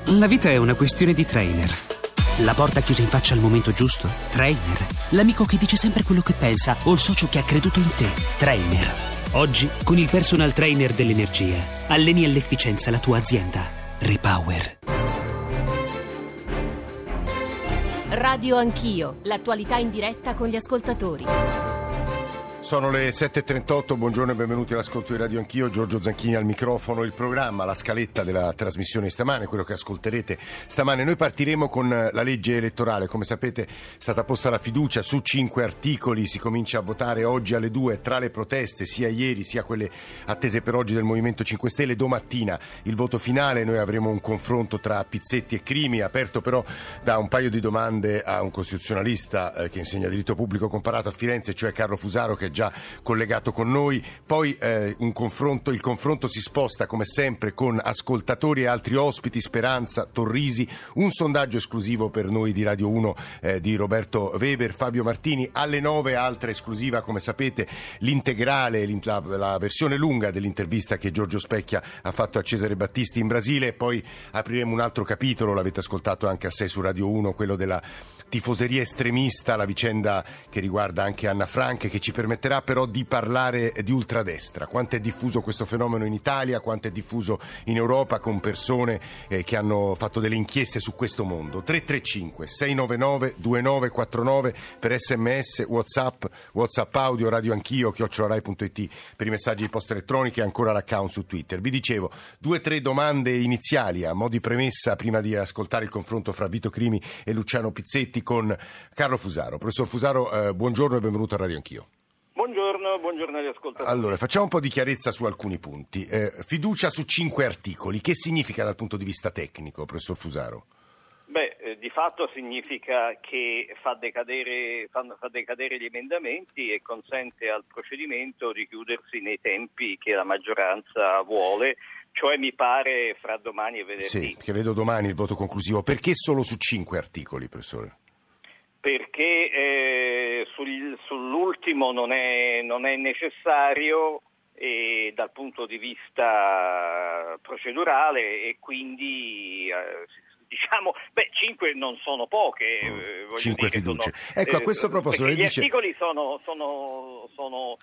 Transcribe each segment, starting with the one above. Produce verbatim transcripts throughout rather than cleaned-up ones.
La vita è una questione di trainer. La porta chiusa in faccia al momento giusto? Trainer. L'amico che dice sempre quello che pensa o il socio che ha creduto in te? Trainer. Oggi, con il personal trainer dell'energia, alleni all'efficienza la tua azienda. Repower. Radio Anch'io, l'attualità in diretta con gli ascoltatori. Sono le sette e trentotto, buongiorno e benvenuti all'ascolto di Radio Anch'io, Giorgio Zanchini al microfono. Il programma, la scaletta della trasmissione stamane, quello che ascolterete stamane. Noi partiremo con la legge elettorale, come sapete è stata posta la fiducia su cinque articoli, si comincia a votare oggi alle due tra le proteste sia ieri sia quelle attese per oggi del Movimento cinque Stelle. Domattina il voto finale, noi avremo un confronto tra Pizzetti e Crimi, aperto però da un paio di domande a un costituzionalista eh, che insegna diritto pubblico comparato a Firenze, cioè Carlo Fusaro, che è già collegato con noi. Poi eh, un confronto, il confronto si sposta come sempre con ascoltatori e altri ospiti, Speranza, Torrisi, un sondaggio esclusivo per noi di Radio uno eh, di Roberto Weber, Fabio Martini. Alle nove altra esclusiva, come sapete, l'integrale, la, la versione lunga dell'intervista che Giorgio Specchia ha fatto a Cesare Battisti in Brasile. Poi apriremo un altro capitolo, l'avete ascoltato anche a sei su Radio uno, quello della tifoseria estremista, la vicenda che riguarda anche Anna Frank, che ci permetterà però di parlare di ultradestra. Quanto è diffuso questo fenomeno in Italia, quanto è diffuso in Europa, con persone eh, che hanno fatto delle inchieste su questo mondo. tre tre cinque sei nove nove due nove quattro nove per sms, whatsapp, whatsapp audio, Radio Anch'io, chiocciola rai punto it per i messaggi di posta elettronica e ancora l'account su Twitter. Vi dicevo, due o tre domande iniziali a mo' di premessa prima di ascoltare il confronto fra Vito Crimi e Luciano Pizzetti con Carlo Fusaro. Professor Fusaro, eh, buongiorno e benvenuto a Radio Anch'io. Buongiorno, buongiorno agli ascoltatori. Allora, facciamo un po' di chiarezza su alcuni punti. Eh, fiducia su cinque articoli, che significa dal punto di vista tecnico, professor Fusaro? Beh, eh, di fatto significa che fa decadere, fa, fa decadere gli emendamenti e consente al procedimento di chiudersi nei tempi che la maggioranza vuole, cioè mi pare fra domani e venerdì. Sì, che vedo domani il voto conclusivo. Perché solo su cinque articoli, professore? Perché eh, sul, sull'ultimo non è, non è necessario e dal punto di vista procedurale e quindi eh, diciamo, beh, cinque non sono poche. Mm, eh, cinque dire, fiducie. Sono, ecco, a questo eh, proposito, gli dice... articoli sono, sono, sono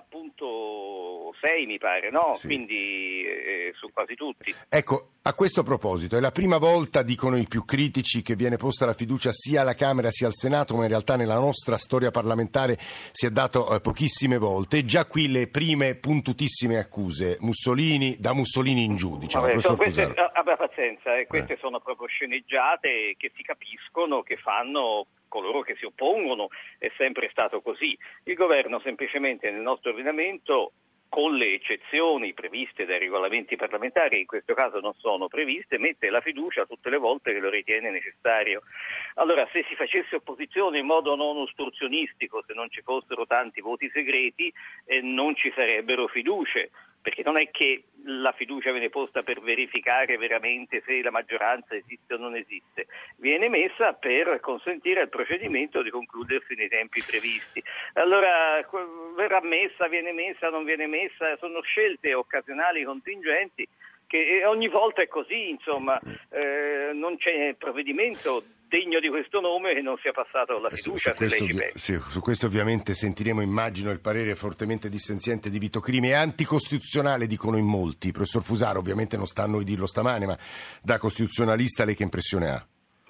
appunto sei, mi pare, no? Sì. Quindi eh, su quasi tutti. Ecco, a questo proposito, è la prima volta, dicono i più critici, che viene posta la fiducia sia alla Camera sia al Senato, ma in realtà nella nostra storia parlamentare si è dato eh, pochissime volte. E già qui le prime puntutissime accuse, Mussolini, da Mussolini in giù, diciamo. Vabbè, Professor queste, Fusaro. abbia pazienza, eh, queste Eh. sono proprio sceneggiate che si capiscono, che fanno coloro che si oppongono, è sempre stato così. Il governo semplicemente nel nostro ordinamento, con le eccezioni previste dai regolamenti parlamentari, in questo caso non sono previste, mette la fiducia tutte le volte che lo ritiene necessario. Allora, se si facesse opposizione in modo non ostruzionistico, se non ci fossero tanti voti segreti, eh, non ci sarebbero fiducie, perché non è che la fiducia viene posta per verificare veramente se la maggioranza esiste o non esiste, viene messa per consentire al procedimento di concludersi nei tempi previsti. Allora, verrà messa, viene messa, non viene messa, sono scelte occasionali, contingenti, che ogni volta è così, insomma, eh, non c'è provvedimento degno di questo nome che non sia passato alla fiducia. Su, su, se questo, lei ci pensa. sì, su questo ovviamente sentiremo, immagino, il parere fortemente dissenziente di Vito Crimi. È anticostituzionale, dicono in molti. Professor Fusaro, ovviamente non sta a noi dirlo stamane, ma da costituzionalista lei che impressione ha?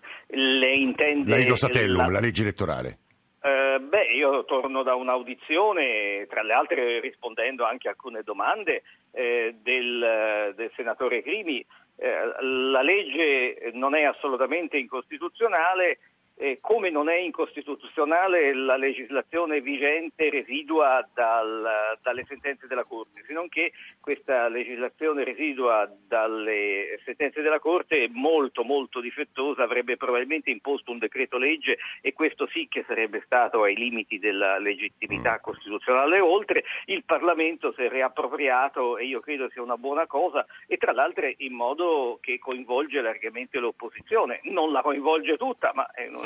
Le intende... La, lo Satellum, la... la legge elettorale. Uh, beh, io torno da un'audizione, tra le altre rispondendo anche a alcune domande eh, del, del senatore Crimi. Eh, la legge non è assolutamente incostituzionale, eh, come non è incostituzionale la legislazione vigente residua dal, dalle sentenze della Corte, se non che questa legislazione residua dalle sentenze della Corte è molto molto difettosa, avrebbe probabilmente imposto un decreto legge e questo sì che sarebbe stato ai limiti della legittimità costituzionale. Oltre, il Parlamento si è riappropriato e io credo sia una buona cosa, e tra l'altro in modo che coinvolge largamente l'opposizione, non la coinvolge tutta, ma è, non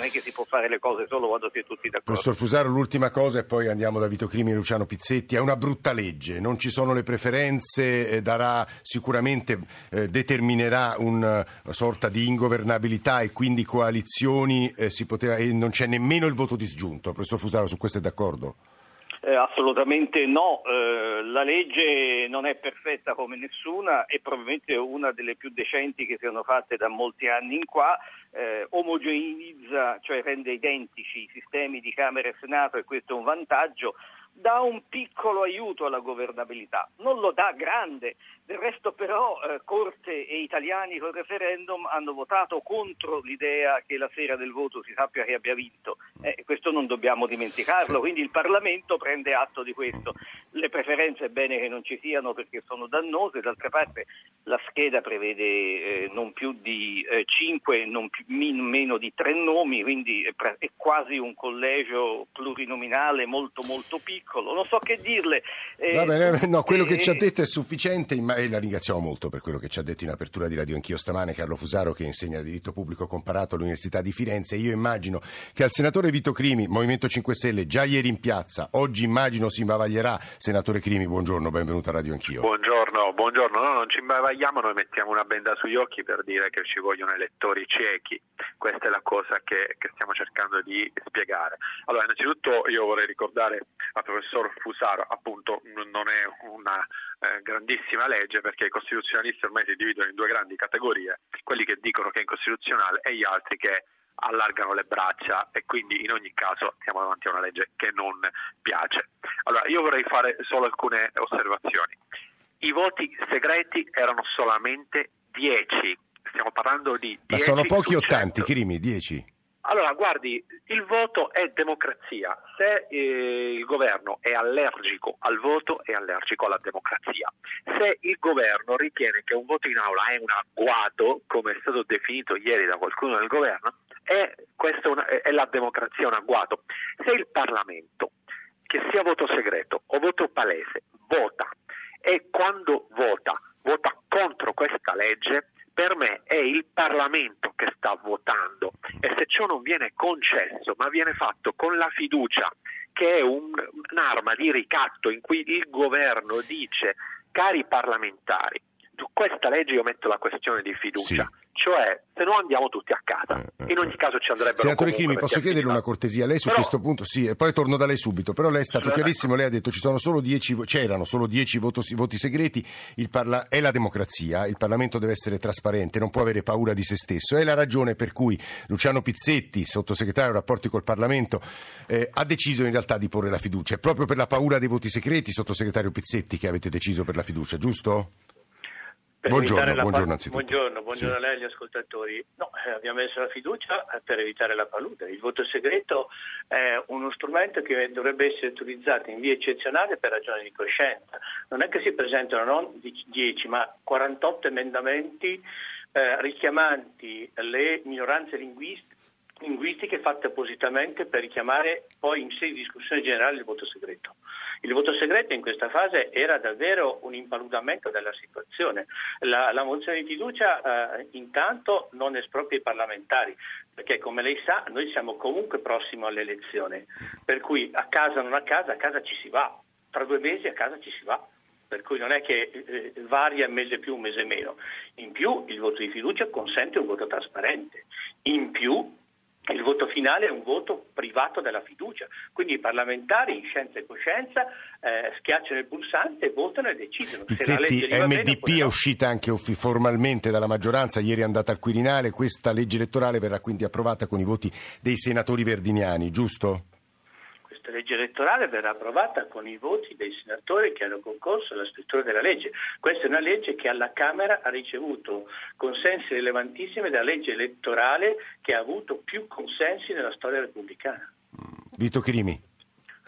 non è che si può fare le cose solo quando si è tutti d'accordo. Professor Fusaro, l'ultima cosa e poi andiamo da Vito Crimi e Luciano Pizzetti. È una brutta legge, non ci sono le preferenze, eh, darà sicuramente, eh, determinerà una sorta di ingovernabilità e quindi coalizioni, eh, si poteva, e non c'è nemmeno il voto disgiunto. Professor Fusaro, su questo è d'accordo? Eh, assolutamente no, eh, la legge non è perfetta come nessuna, è probabilmente una delle più decenti che siano fatte da molti anni in qua, eh, omogeneizza, cioè rende identici i sistemi di Camera e Senato, e questo è un vantaggio. Dà un piccolo aiuto alla governabilità, non lo dà grande. Del resto però eh, Corte e italiani col referendum hanno votato contro l'idea che la sera del voto si sappia chi abbia vinto. Eh, questo non dobbiamo dimenticarlo, quindi il Parlamento prende atto di questo. Le preferenze è bene che non ci siano perché sono dannose, d'altra parte la scheda prevede eh, non più di eh, cinque, non più, min, meno di tre nomi, quindi è, è quasi un collegio plurinominale molto molto piccolo. Non so che dirle. Eh, Va bene, no, quello eh, che ci ha detto è sufficiente e la ringraziamo molto per quello che ci ha detto in apertura di Radio Anch'io stamane Carlo Fusaro, che insegna diritto pubblico comparato all'Università di Firenze. Io immagino che al senatore Vito Crimi, Movimento cinque Stelle, già ieri in piazza, oggi immagino si imbavaglierà. Senatore Crimi, buongiorno, benvenuto a Radio Anch'io. Buongiorno, buongiorno. No, non ci imbavagliamo, noi mettiamo una benda sugli occhi per dire che ci vogliono elettori ciechi. Questa è la cosa che, che stiamo cercando di spiegare. Allora, innanzitutto io vorrei ricordare al professor Fusaro, appunto, non è una eh, grandissima legge perché i costituzionalisti ormai si dividono in due grandi categorie, quelli che dicono che è incostituzionale e gli altri che allargano le braccia, e quindi in ogni caso siamo davanti a una legge che non piace. Allora, io vorrei fare solo alcune osservazioni. I voti segreti erano solamente dieci, stiamo parlando di dieci. Ma sono pochi o su cento. tanti, Crimi, dieci? Allora, guardi, il voto è democrazia. Se eh, il governo è allergico al voto, è allergico alla democrazia. Se il governo ritiene che un voto in aula è un agguato, come è stato definito ieri da qualcuno del governo, è, questa una, è la democrazia un agguato. Se il Parlamento, che sia voto segreto o voto palese, vota, e quando vota, vota contro questa legge, per me è il Parlamento che sta votando, e se ciò non viene concesso, ma viene fatto con la fiducia, che è un, un'arma di ricatto in cui il governo dice: cari parlamentari, su questa legge io metto la questione di fiducia, sì. Cioè se no andiamo tutti a casa, in ogni caso ci andrebbero. Senatore Crimi, posso chiederle una cortesia? Lei su però, questo punto, sì, e poi torno da lei subito, però lei è stato chiarissimo, lei ha detto ci sono solo dieci, c'erano solo dieci voto, voti segreti, il parla, è la democrazia, il Parlamento deve essere trasparente, non può avere paura di se stesso, è la ragione per cui Luciano Pizzetti, sottosegretario ai rapporti col Parlamento, eh, ha deciso in realtà di porre la fiducia, è proprio per la paura dei voti segreti, sottosegretario Pizzetti, che avete deciso per la fiducia, giusto? Buongiorno, buongiorno, anzitutto. buongiorno, buongiorno sì. a lei e agli ascoltatori. No, eh, abbiamo messo la fiducia per evitare la palude. Il voto segreto è uno strumento che dovrebbe essere utilizzato in via eccezionale per ragioni di coscienza. Non è che si presentano non dieci ma quarantotto emendamenti eh, richiamanti le minoranze linguistiche linguistiche fatte appositamente per richiamare poi in sede di discussione generale il voto segreto. Il voto segreto in questa fase era davvero un impaludamento della situazione. La, la mozione di fiducia eh, intanto non espropria i parlamentari, perché come lei sa noi siamo comunque prossimo alle elezioni, per cui a casa o non a casa, a casa ci si va, tra due mesi a casa ci si va. Per cui non è che eh, varia un mese più, un mese meno. In più il voto di fiducia consente un voto trasparente. In più il voto finale è un voto privato della fiducia, quindi i parlamentari in scienza e coscienza eh, schiacciano il pulsante, votano e decidono. Pizzetti, M D P bene, è no. uscita anche formalmente dalla maggioranza, ieri è andata al Quirinale, questa legge elettorale verrà quindi approvata con i voti dei senatori verdiniani, giusto? Questa legge elettorale verrà approvata con i voti dei senatori che hanno concorso alla scrittura della legge. Questa è una legge che alla Camera ha ricevuto consensi rilevantissimi della legge elettorale che ha avuto più consensi nella storia repubblicana. Vito Crimi.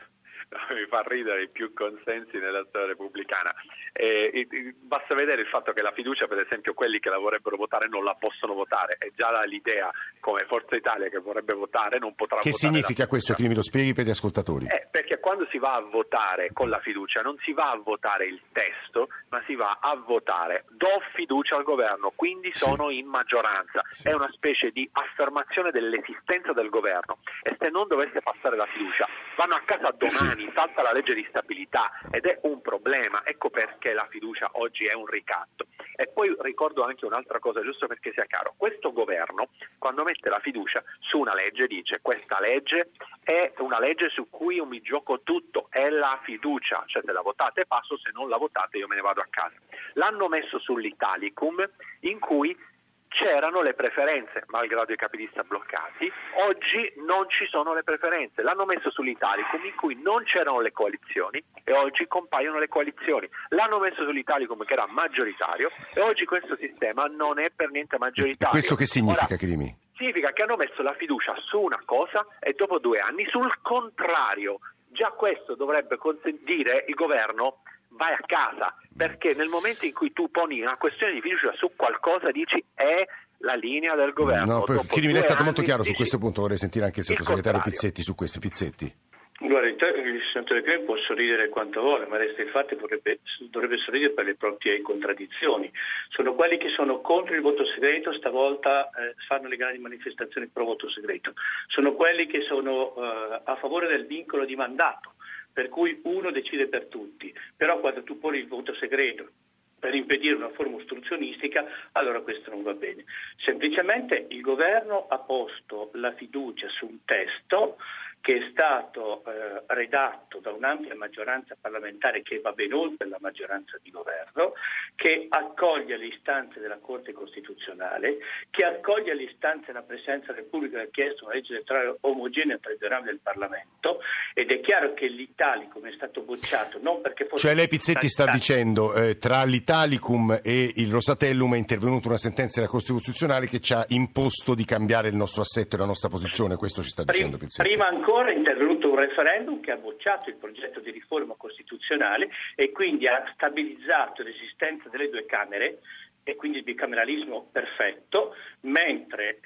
Mi fa ridere i più consensi nella storia repubblicana. Eh, basta vedere il fatto che la fiducia, per esempio, quelli che la vorrebbero votare non la possono votare. È già l'idea, come Forza Italia che vorrebbe votare, non potrà che votare. Che significa questo, Crimi? Lo spieghi per gli ascoltatori? Eh, perché quando si va a votare con la fiducia non si va a votare il testo, ma si va a votare do fiducia al governo, quindi sono sì. in maggioranza. Sì. È una specie di affermazione dell'esistenza del governo, e se non dovesse passare la fiducia vanno a casa domani, sì. salta la legge di stabilità, ed è un problema. Ecco perché la fiducia oggi è un ricatto. E poi ricordo anche un'altra cosa, giusto perché sia chiaro: questo governo, quando mette la fiducia su una legge, dice questa legge è una legge su cui io mi gioco tutto, è la fiducia, cioè se la votate passo, se non la votate io me ne vado a casa. L'hanno messo sull'Italicum, in cui c'erano le preferenze, malgrado i capilista bloccati. Oggi non ci sono le preferenze. L'hanno messo sull'Italicum, in cui non c'erano le coalizioni, e oggi compaiono le coalizioni. L'hanno messo sull'Italicum, che era maggioritario, e oggi questo sistema non è per niente maggioritario. E questo che significa, Ora, Crimi? Significa che hanno messo la fiducia su una cosa e dopo due anni sul contrario. Già questo dovrebbe consentire il governo vai a casa, perché nel momento in cui tu poni una questione di fiducia su qualcosa dici è la linea del governo. No, poi, Crimi, lei è stato molto chiaro su dici, questo punto, vorrei sentire anche il sottosegretario Pizzetti su questo. Pizzetti. Guarda, il senatore Crimi può sorridere quanto vuole, ma resta il fatto che dovrebbe, dovrebbe sorridere per le proprie contraddizioni. Sono quelli che sono contro il voto segreto, stavolta eh, fanno le grandi manifestazioni pro voto segreto. Sono quelli che sono eh, a favore del vincolo di mandato, per cui uno decide per tutti. Però quando tu poni il voto segreto per impedire una forma ostruzionistica, allora questo non va bene. Semplicemente il governo ha posto la fiducia su un testo che è stato eh, redatto da un'ampia maggioranza parlamentare che va ben oltre la maggioranza di governo, che accoglie le istanze della Corte Costituzionale, che accoglie le istanze della Presidenza della Repubblica che ha chiesto una legge elettorale omogenea tra i due rami del Parlamento, ed è chiaro che l'Italicum è stato bocciato non perché fosse... Cioè lei, Pizzetti, sta dicendo eh, tra l'Italicum e il Rosatellum è intervenuta una sentenza della Corte Costituzionale che ci ha imposto di cambiare il nostro assetto e la nostra posizione, questo ci sta dicendo Pizzetti? Prima ancora è intervenuto un referendum che ha bocciato il progetto di riforma costituzionale e quindi ha stabilizzato l'esistenza delle due Camere e quindi il bicameralismo perfetto, mentre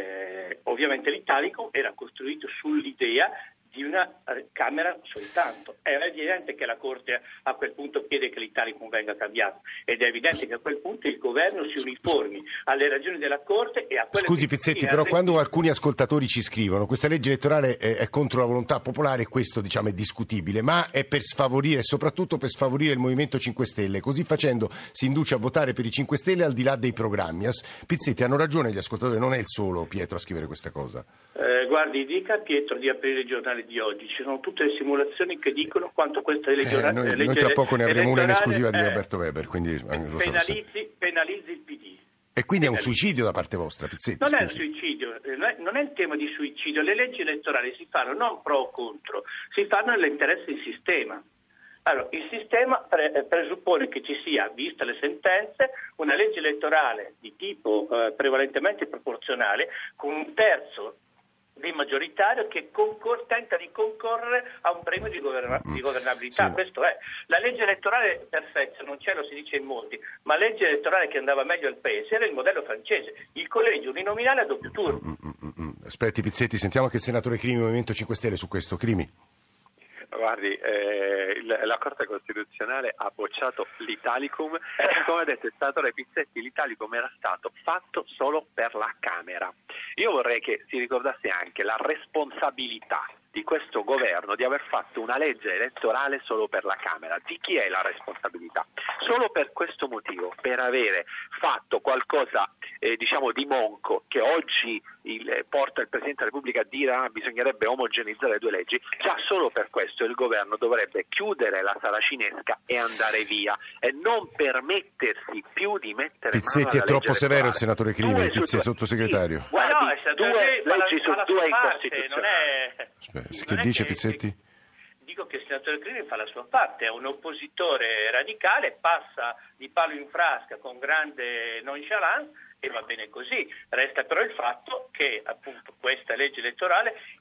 eh, ovviamente l'Italicum era costruito sull'idea di una Camera soltanto. È evidente che la Corte a quel punto chiede che l'Italicum venga cambiato, ed è evidente che a quel punto il governo si uniformi alle ragioni della Corte e a quelle... Scusi Pizzetti, però quando alcuni ascoltatori ci scrivono questa legge elettorale è, è contro la volontà popolare, questo diciamo è discutibile, ma è per sfavorire, soprattutto per sfavorire il Movimento cinque Stelle, così facendo si induce a votare per i cinque Stelle al di là dei programmi. Pizzetti, hanno ragione gli ascoltatori, non è il solo Pietro a scrivere questa cosa. Eh, guardi, dica a Pietro di aprire i giornali di oggi, ci sono tutte le simulazioni che dicono quanto questa legge, eh, noi, legge noi tra poco ne avremo una in esclusiva di eh, Roberto Weber, quindi lo penalizzi, penalizzi il P D. E quindi è un suicidio da parte vostra, Pizzetti? Non scusi. è un suicidio, non è il tema di suicidio, le leggi elettorali si fanno non pro o contro, si fanno nell'interesse del sistema. Allora, il sistema pre- presuppone che ci sia, viste le sentenze, una legge elettorale di tipo eh, prevalentemente proporzionale con un terzo di maggioritario che concor- tenta di concorrere a un premio di, governa- di governabilità. Sì. Questo è. La legge elettorale perfetta non c'è, lo si dice in molti, ma la legge elettorale che andava meglio al paese era il modello francese, il collegio uninominale a doppio turno. Mm, mm, mm. Aspetti Pizzetti, sentiamo anche il senatore Crimi, Movimento cinque Stelle, su questo. Crimi. Guardi, eh, il, la Corte Costituzionale ha bocciato l'Italicum e, come ha detto il senatore Pizzetti, l'Italicum era stato fatto solo per la Camera. Io vorrei che si ricordasse anche la responsabilità di questo governo di aver fatto una legge elettorale solo per la Camera. Di chi è la responsabilità? Solo per questo motivo, per avere fatto qualcosa eh, diciamo di monco che oggi il, porta il Presidente della Repubblica a dire ah, bisognerebbe omogenizzare le due leggi, già solo per questo il governo dovrebbe chiudere la saracinesca e andare via e non permettersi più di mettere Pizzetti, mano alla è troppo legge severo elettorale. il senatore Crimi, il Pizzetti, sottosegretario. Sì, guardi, no, è due fa leggi la, su fa due incostituzionali. Non è... Che non dice che, Pizzetti? Dico che il senatore Crimi fa la sua parte, è un oppositore radicale, passa di palo in frasca con grande nonchalance e va bene così. Resta però il fatto che appunto questa legge elettorale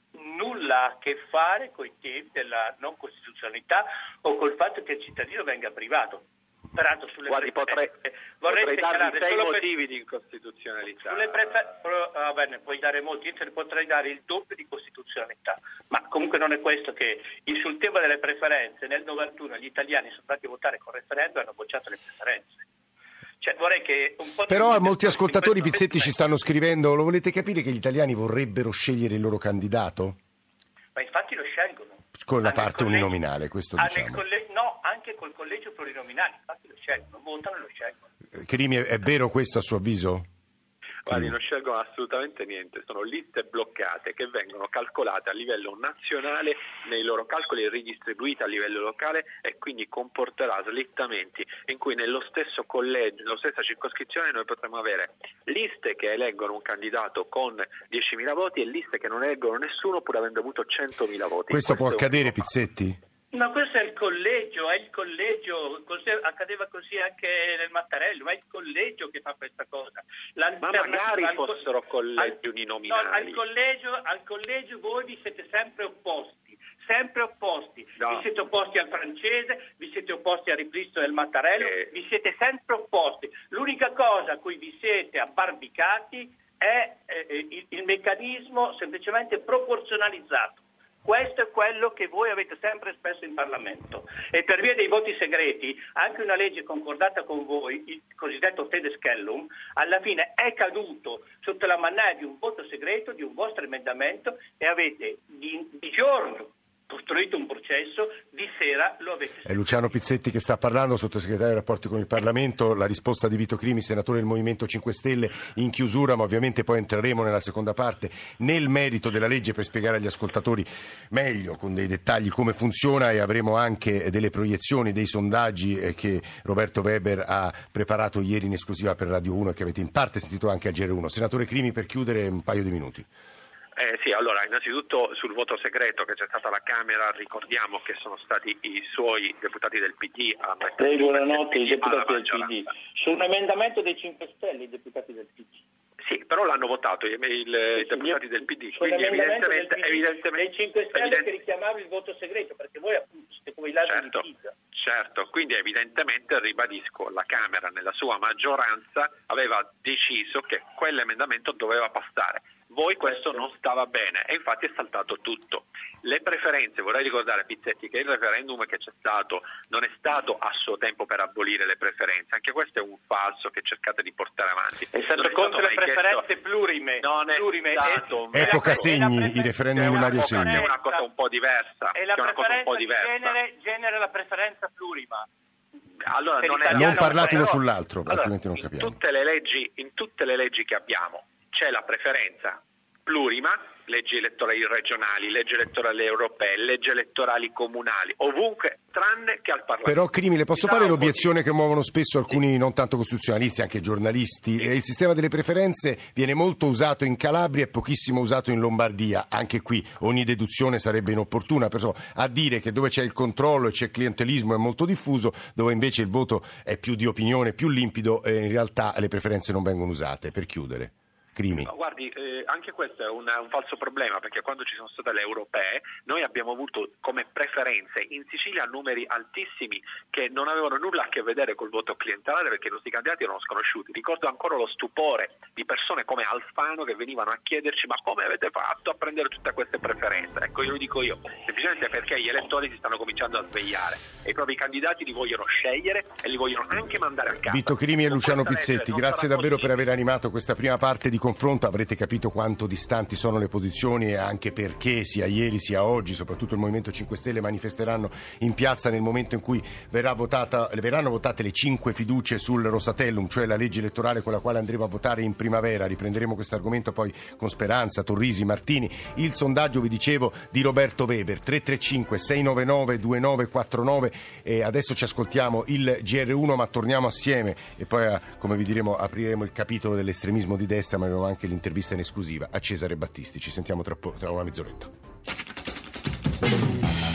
nulla a che fare con i temi della non costituzionalità o col fatto che il cittadino venga privato. Peraltro sulle Guardi, potrei, vorrei potrei darvi sei solo motivi per... di incostituzionalità. Sulle prefer... Va bene, puoi dare molti, io te ne potrei dare il doppio di costituzionalità, ma comunque non è questo che sul tema delle preferenze nel novantuno gli italiani sono stati a votare con referendum e hanno bocciato le preferenze. Cioè, vorrei che un po' Però di... molti ascoltatori, Pizzetti, ci stanno scrivendo: lo volete capire che gli italiani vorrebbero scegliere il loro candidato? Ma infatti lo scelgono. Con la hanno parte collegio, uninominale, questo diciamo. Colle... No, anche col collegio plurinominale, infatti lo scelgono, votano e lo scelgono. Crimi, è, è vero questo a suo avviso? Guardi, non scelgono assolutamente niente, sono liste bloccate che vengono calcolate a livello nazionale, nei loro calcoli ridistribuite a livello locale e quindi comporterà slittamenti in cui nello stesso collegio, nella stessa circoscrizione noi potremo avere liste che eleggono un candidato con diecimila voti e liste che non eleggono nessuno pur avendo avuto centomila voti. Questo, Questo può accadere, un... Pizzetti? Ma questo è il collegio, è il collegio, così, accadeva così anche nel Mattarello, ma è il collegio che fa questa cosa. Ma magari al, fossero collegi al, uninominali. No, al collegio, al collegio voi vi siete sempre opposti, sempre opposti. No. Vi siete opposti al francese, vi siete opposti al ripristino del Mattarello, eh. vi siete sempre opposti. L'unica cosa a cui vi siete abbarbicati è eh, il, il meccanismo semplicemente proporzionalizzato. Questo è quello che voi avete sempre espresso in Parlamento e per via dei voti segreti anche una legge concordata con voi, il cosiddetto Tedeschellum, alla fine è caduto sotto la mannaia di un voto segreto, di un vostro emendamento e avete di, di giorno costruito un processo, di sera lo avete... È Luciano Pizzetti che sta parlando, sottosegretario ai rapporti con il Parlamento. La risposta di Vito Crimi, senatore del Movimento cinque Stelle, in chiusura, ma ovviamente poi entreremo nella seconda parte nel merito della legge per spiegare agli ascoltatori meglio, con dei dettagli, come funziona, e avremo anche delle proiezioni, dei sondaggi che Roberto Weber ha preparato ieri in esclusiva per Radio uno e che avete in parte sentito anche a G R uno. Senatore Crimi, per chiudere un paio di minuti. Eh sì, allora innanzitutto sul voto segreto che c'è stata alla Camera, ricordiamo che sono stati i suoi deputati del P D a mettere... Buonanotte, i deputati del P D. Su un emendamento dei cinque Stelle i deputati del P D. Sì, però l'hanno votato i, i, i deputati del P D, quindi evidentemente... Del P D, evidentemente dei cinque Stelle evident... che richiamava il voto segreto, perché voi appunto siete come i ladri certo, di Pisa. Certo, quindi evidentemente, ribadisco, la Camera nella sua maggioranza aveva deciso che quell'emendamento doveva passare. Voi questo non stava bene e infatti è saltato tutto. Le preferenze, vorrei ricordare a Pizzetti che il referendum che c'è stato non è stato a suo tempo per abolire le preferenze, anche questo è un falso che cercate di portare avanti. È stato non contro è stato le preferenze chiesto... plurime. Non è plurime. stato. È... Epoca Segni, prefer... i referendum di Mario Segni. È una cosa un po' diversa. E la è una cosa un po' diversa. Genere, genere la preferenza plurima. Allora, non, è... non parlate uno sull'altro, allora, altrimenti non capiamo. In tutte le leggi, in tutte le leggi che abbiamo c'è la preferenza plurima, leggi elettorali regionali, leggi elettorali europee, leggi elettorali comunali, ovunque, tranne che al Parlamento. Però, Crimi, le posso fare l'obiezione che muovono spesso alcuni sì. non tanto costituzionalisti, anche giornalisti. Sì. Il sistema delle preferenze viene molto usato in Calabria e pochissimo usato in Lombardia. Anche qui ogni deduzione sarebbe inopportuna, però a dire che dove c'è il controllo e c'è il clientelismo è molto diffuso, dove invece il voto è più di opinione, più limpido, e in realtà le preferenze non vengono usate. Per chiudere. No, guardi, eh, anche questo è un, un falso problema, perché quando ci sono state le europee noi abbiamo avuto come preferenze in Sicilia numeri altissimi che non avevano nulla a che vedere col voto clientelare, perché i nostri candidati erano sconosciuti. Ricordo ancora lo stupore di persone come Alfano che venivano a chiederci: ma come avete fatto a prendere tutte queste preferenze? Ecco, io lo dico io, semplicemente perché gli elettori si stanno cominciando a svegliare e i propri candidati li vogliono scegliere e li vogliono anche mandare a casa. Vito Crimi e Luciano Pizzetti, grazie davvero per aver animato questa prima parte di confronto. Avrete capito quanto distanti sono le posizioni e anche perché sia ieri sia oggi soprattutto il Movimento cinque Stelle manifesteranno in piazza nel momento in cui verrà votata, verranno votate le cinque fiducie sul Rosatellum, cioè la legge elettorale con la quale andremo a votare in primavera. Riprenderemo questo argomento poi con Speranza, Torrisi, Martini. Il sondaggio, vi dicevo, di Roberto Weber, tre tre cinque sei nove nove due nove quattro nove. E adesso ci ascoltiamo il G R uno, ma torniamo assieme e poi, come vi diremo, apriremo il capitolo dell'estremismo di destra, ma avremo anche l'intervista in esclusiva a Cesare Battisti. Ci sentiamo tra, po- tra una mezz'oretta.